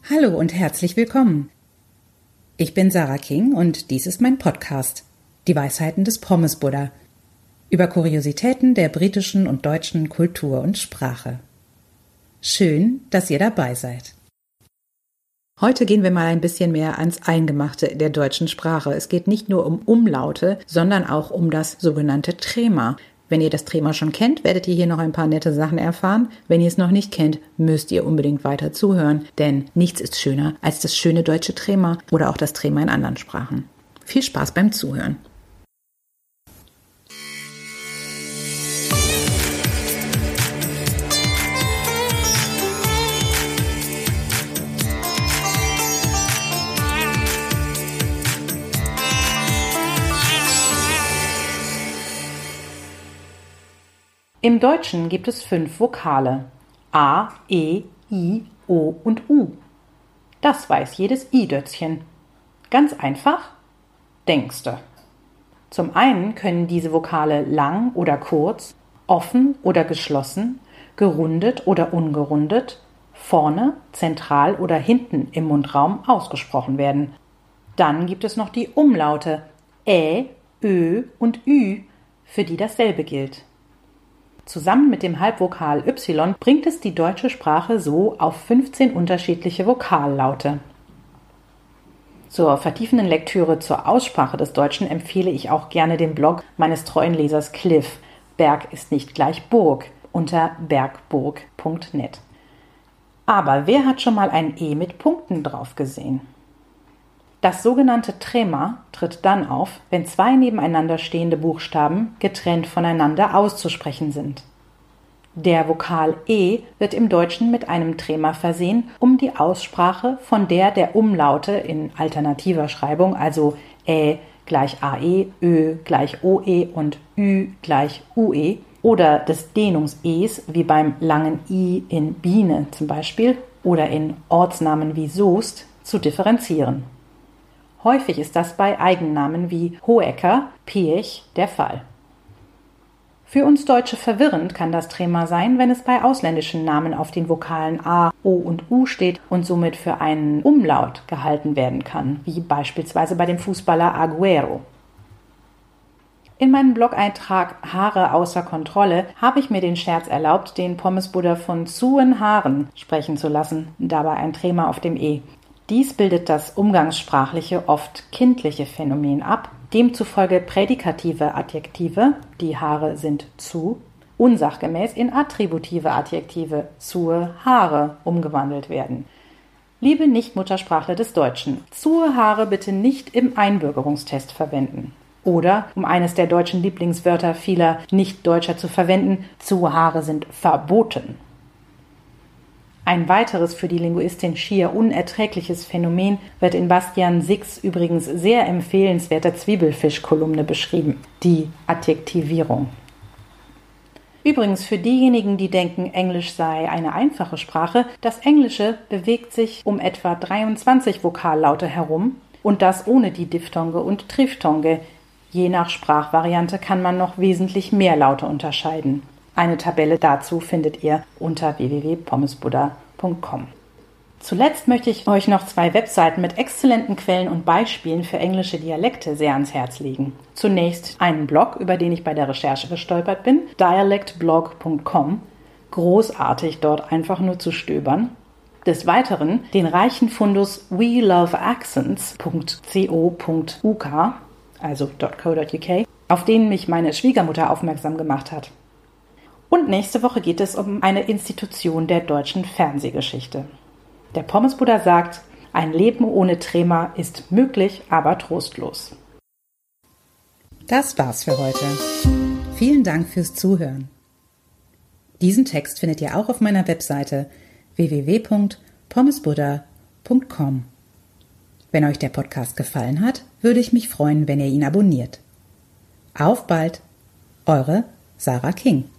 Hallo und herzlich willkommen. Ich bin Sarah King und dies ist mein Podcast, die Weisheiten des Pommes-Buddha, über Kuriositäten der britischen und deutschen Kultur und Sprache. Schön, dass ihr dabei seid. Heute gehen wir mal ein bisschen mehr ans Eingemachte der deutschen Sprache. Es geht nicht nur um Umlaute, sondern auch um das sogenannte Trema. Wenn ihr das Trema schon kennt, werdet ihr hier noch ein paar nette Sachen erfahren. Wenn ihr es noch nicht kennt, müsst ihr unbedingt weiter zuhören, denn nichts ist schöner als das schöne deutsche Trema oder auch das Trema in anderen Sprachen. Viel Spaß beim Zuhören. Im Deutschen gibt es 5 Vokale: A, E, I, O und U. Das weiß jedes I-Dötzchen. Ganz einfach? Denkste. Zum einen können diese Vokale lang oder kurz, offen oder geschlossen, gerundet oder ungerundet, vorne, zentral oder hinten im Mundraum ausgesprochen werden. Dann gibt es noch die Umlaute Ä, Ö und Ü, für die dasselbe gilt. Zusammen mit dem Halbvokal Y bringt es die deutsche Sprache so auf 15 unterschiedliche Vokallaute. Zur vertiefenden Lektüre zur Aussprache des Deutschen empfehle ich auch gerne den Blog meines treuen Lesers Cliff, Berg ist nicht gleich Burg, unter bergburg.net. Aber wer hat schon mal ein E mit Punkten drauf gesehen? Das sogenannte Trema tritt dann auf, wenn 2 nebeneinander stehende Buchstaben getrennt voneinander auszusprechen sind. Der Vokal E wird im Deutschen mit einem Trema versehen, um die Aussprache von der Umlaute in alternativer Schreibung, also Ä gleich AE, Ö gleich OE und Ü gleich UE, oder des Dehnungs-Es, wie beim langen I in Biene zum Beispiel, oder in Ortsnamen wie Soest, zu differenzieren. Häufig ist das bei Eigennamen wie Hohecker, Piech der Fall. Für uns Deutsche verwirrend kann das Trema sein, wenn es bei ausländischen Namen auf den Vokalen A, O und U steht und somit für einen Umlaut gehalten werden kann, wie beispielsweise bei dem Fußballer Agüero. In meinem Blog-Eintrag Haare außer Kontrolle habe ich mir den Scherz erlaubt, den Pommes-Buddha von zuen Haaren sprechen zu lassen, dabei ein Trema auf dem E. Dies bildet das umgangssprachliche, oft kindliche Phänomen ab, demzufolge prädikative Adjektive, die Haare sind zu, unsachgemäß in attributive Adjektive, zue Haare, umgewandelt werden. Liebe Nicht-Muttersprachler des Deutschen, zue Haare bitte nicht im Einbürgerungstest verwenden. Oder, um eines der deutschen Lieblingswörter vieler Nicht-Deutscher zu verwenden, zue Haare sind verboten. Ein weiteres für die Linguistin schier unerträgliches Phänomen wird in Bastian Sicks übrigens sehr empfehlenswerter Zwiebelfisch-Kolumne beschrieben: die Adjektivierung. Übrigens für diejenigen, die denken, Englisch sei eine einfache Sprache, das Englische bewegt sich um etwa 23 Vokallaute herum und das ohne die Diphthonge und Triphthonge. Je nach Sprachvariante kann man noch wesentlich mehr Laute unterscheiden. Eine Tabelle dazu findet ihr unter www.pommesbuddha.com. Zuletzt möchte ich euch noch 2 Webseiten mit exzellenten Quellen und Beispielen für englische Dialekte sehr ans Herz legen. Zunächst einen Blog, über den ich bei der Recherche gestolpert bin, dialectblog.com. Großartig, dort einfach nur zu stöbern. Des Weiteren den reichen Fundus weloveaccents.co.uk, also .co.uk, auf den mich meine Schwiegermutter aufmerksam gemacht hat. Und nächste Woche geht es um eine Institution der deutschen Fernsehgeschichte. Der Pommes-Buddha sagt, ein Leben ohne Trema ist möglich, aber trostlos. Das war's für heute. Vielen Dank fürs Zuhören. Diesen Text findet ihr auch auf meiner Webseite www.pommesbuddha.com. Wenn euch der Podcast gefallen hat, würde ich mich freuen, wenn ihr ihn abonniert. Auf bald, eure Sarah King.